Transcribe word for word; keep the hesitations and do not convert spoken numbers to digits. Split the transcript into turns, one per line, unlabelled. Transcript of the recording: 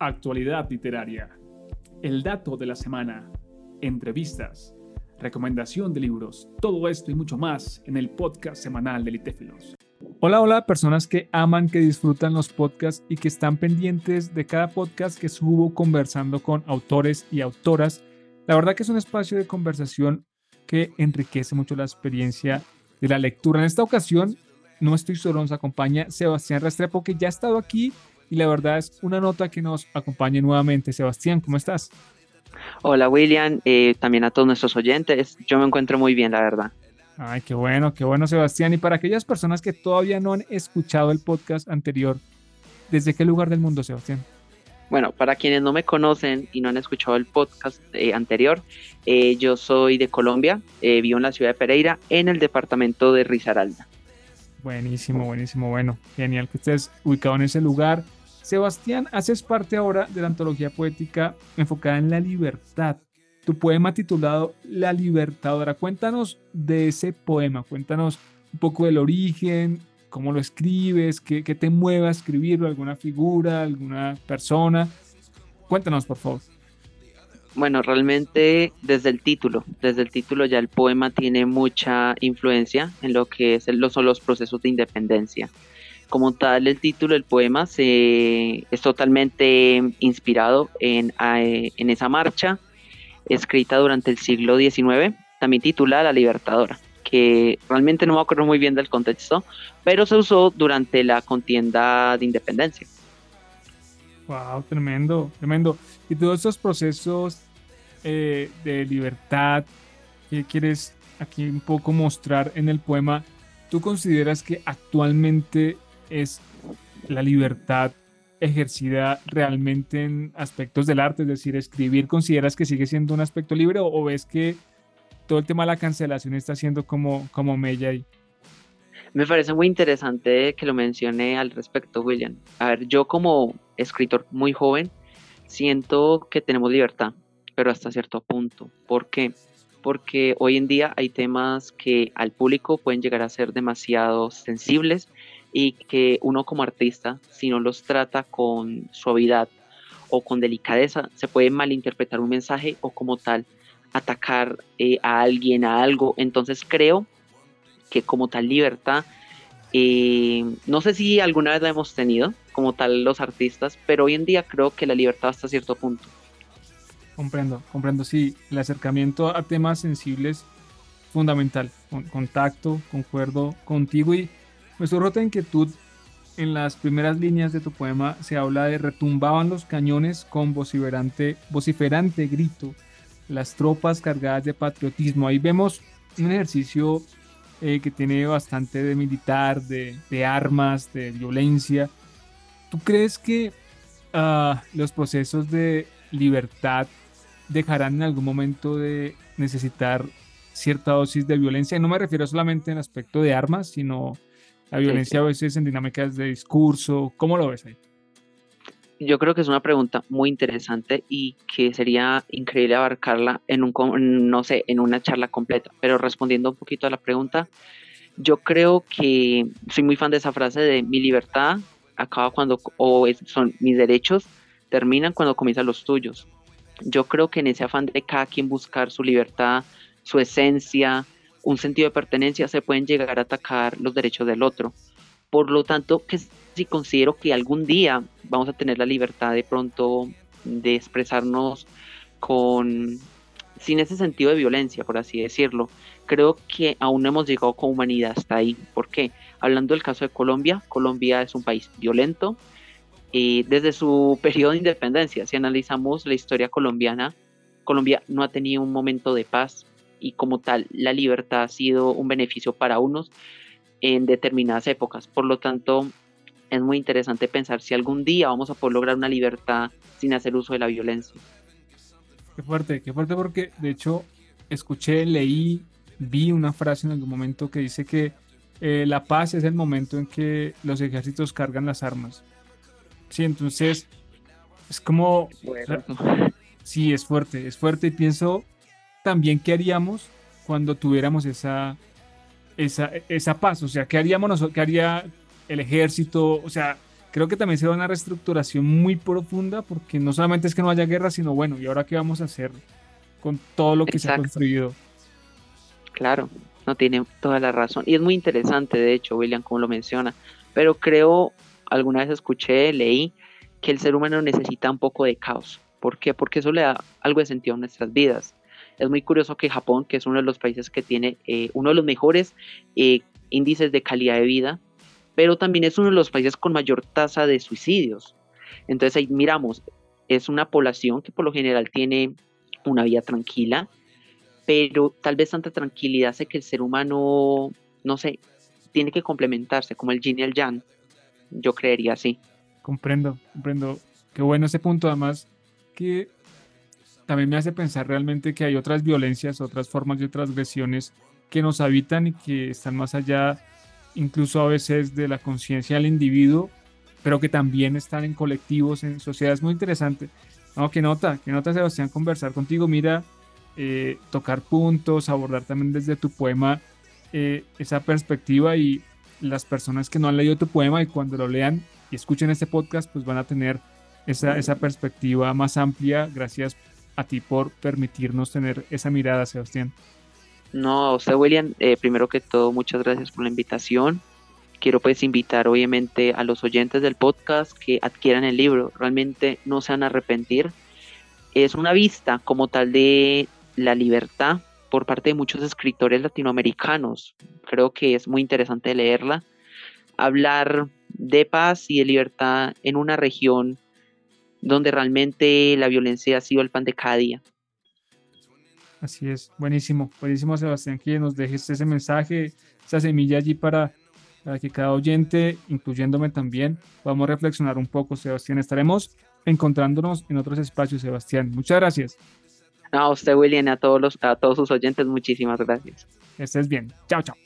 actualidad literaria, el dato de la semana, entrevistas, recomendación de libros, todo esto y mucho más en el podcast semanal de Litéfilos. Hola, hola, personas que aman, que disfrutan los podcasts y que están pendientes de cada podcast que subo conversando con autores y autoras. La verdad que es un espacio de conversación que enriquece mucho la experiencia de la lectura. En esta ocasión no estoy solo, nos acompaña Sebastián Restrepo, que ya ha estado aquí y la verdad es una nota que nos acompañe nuevamente. Sebastián, ¿cómo estás?
Hola William, eh, también a todos nuestros oyentes. Yo me encuentro muy bien, la verdad.
Ay, qué bueno, qué bueno, Sebastián. Y para aquellas personas que todavía no han escuchado el podcast anterior, ¿desde qué lugar del mundo, Sebastián?
Bueno, para quienes no me conocen y no han escuchado el podcast eh, anterior, eh, yo soy de Colombia, eh, vivo en la ciudad de Pereira, en el departamento de Risaralda.
Buenísimo, buenísimo, bueno, genial que estés ubicado en ese lugar. Sebastián, haces parte ahora de la antología poética enfocada en la libertad. Tu poema titulado La Libertadora. Cuéntanos de ese poema, cuéntanos un poco del origen, cómo lo escribes, qué, qué te mueve a escribirlo, alguna figura, alguna persona. Cuéntanos, por favor.
Bueno, realmente desde el título, desde el título ya el poema tiene mucha influencia en lo que es el- lo- son los procesos de independencia. Como tal, el título del poema se, es totalmente inspirado en, eh, en esa marcha escrita durante el siglo diecinueve, también titulada La Libertadora, que realmente no me acuerdo muy bien del contexto, pero se usó durante la contienda de independencia.
Wow, tremendo, tremendo. Y todos estos procesos eh, de libertad que quieres aquí un poco mostrar en el poema, ¿tú consideras que actualmente es la libertad ejercida realmente en aspectos del arte? Es decir, escribir, ¿consideras que sigue siendo un aspecto libre o, o ves que todo el tema de la cancelación está siendo como, como mella ahí?
Me parece muy interesante que lo mencione al respecto, William. A ver, yo como escritor muy joven, siento que tenemos libertad, pero hasta cierto punto. ¿Por qué? Porque hoy en día hay temas que al público pueden llegar a ser demasiado sensibles y que uno como artista, si no los trata con suavidad o con delicadeza, se puede malinterpretar un mensaje o como tal atacar eh, a alguien, a algo. Entonces creo que como tal libertad, eh, no sé si alguna vez la hemos tenido como tal los artistas, pero hoy en día creo que la libertad hasta cierto punto.
Comprendo, comprendo, sí, el acercamiento a temas sensibles fundamental, con contacto, concuerdo contigo y me surge inquietud. En las primeras líneas de tu poema se habla de retumbaban los cañones con vociferante, vociferante grito, las tropas cargadas de patriotismo. Ahí vemos un ejercicio eh, que tiene bastante de militar, de, de armas, de violencia. ¿Tú crees que ah, los procesos de libertad dejarán en algún momento de necesitar cierta dosis de violencia? Y no me refiero solamente en aspecto de armas, sino la
Sí,
violencia a
sí.
veces en dinámicas de discurso. ¿Cómo lo ves ahí?
Yo creo que es una pregunta muy interesante y que sería increíble abarcarla en un, co- no sé, en una charla completa. Pero respondiendo un poquito a la pregunta, yo creo que soy muy fan de esa frase de mi libertad acaba cuando, o es- son mis derechos terminan cuando comienzan los tuyos. Yo creo que en ese afán de cada quien buscar su libertad, su esencia, un sentido de pertenencia, se pueden llegar a atacar los derechos del otro. Por lo tanto, que si considero que algún día vamos a tener la libertad de pronto de expresarnos con sin ese sentido de violencia, por así decirlo. Creo que aún no hemos llegado como humanidad hasta ahí. ¿Por qué? Hablando del caso de Colombia, Colombia es un país violento y desde su periodo de independencia, si analizamos la historia colombiana, Colombia no ha tenido un momento de paz y como tal la libertad ha sido un beneficio para unos en determinadas épocas. Por lo tanto, es muy interesante pensar si algún día vamos a poder lograr una libertad sin hacer uso de la violencia.
Qué fuerte, qué fuerte porque de hecho escuché, leí, vi una frase en algún momento que dice que eh, la paz es el momento en que los ejércitos cargan las armas. Sí, entonces es como,
Bueno,
ra- sí, es fuerte, es fuerte y pienso también qué haríamos cuando tuviéramos esa, esa, esa paz, o sea, qué haríamos nosotros, qué haría el ejército, o sea, creo que también se da una reestructuración muy profunda porque no solamente es que no haya guerra, sino bueno, ¿y ahora qué vamos a hacer con todo lo que se ha
Exacto,
construido?
claro, no tiene toda la razón. Y es muy interesante, de hecho, William, como lo menciona, pero creo, alguna vez escuché, leí, que el ser humano necesita un poco de caos. ¿Por qué? Porque eso le da algo de sentido a nuestras vidas. Es muy curioso que Japón, que es uno de los países que tiene eh, uno de los mejores eh, índices de calidad de vida, pero también es uno de los países con mayor tasa de suicidios. Entonces ahí miramos, es una población que por lo general tiene una vida tranquila, pero tal vez tanta tranquilidad hace que el ser humano, no sé, tiene que complementarse, como el yin y el yang, yo creería así.
Comprendo, comprendo. Qué bueno ese punto, además, que también me hace pensar realmente que hay otras violencias, otras formas de transgresiones que nos habitan y que están más allá, incluso a veces de la conciencia del individuo, pero que también están en colectivos, en sociedades. Muy interesante. No, qué nota, qué nota, Sebastián, conversar contigo. Mira, eh, tocar puntos, abordar también desde tu poema eh, esa perspectiva, y las personas que no han leído tu poema y cuando lo lean y escuchen este podcast, pues van a tener esa, esa perspectiva más amplia. Gracias a ti por permitirnos tener esa mirada, Sebastián.
No, a usted, William, eh, primero que todo, muchas gracias por la invitación. Quiero pues invitar obviamente a los oyentes del podcast que adquieran el libro, realmente no se van a arrepentir. Es una vista como tal de la libertad por parte de muchos escritores latinoamericanos. Creo que es muy interesante leerla. Hablar de paz y de libertad en una región donde realmente la violencia ha sido el pan de cada día.
Así es, buenísimo, buenísimo, Sebastián, que nos dejes ese mensaje, esa semilla allí para, para que cada oyente, incluyéndome también, podamos reflexionar un poco, Sebastián. Estaremos encontrándonos en otros espacios, Sebastián. Muchas gracias.
No, a usted, William, a todos los, a todos sus oyentes, muchísimas gracias.
Que estés bien. Chao, chao.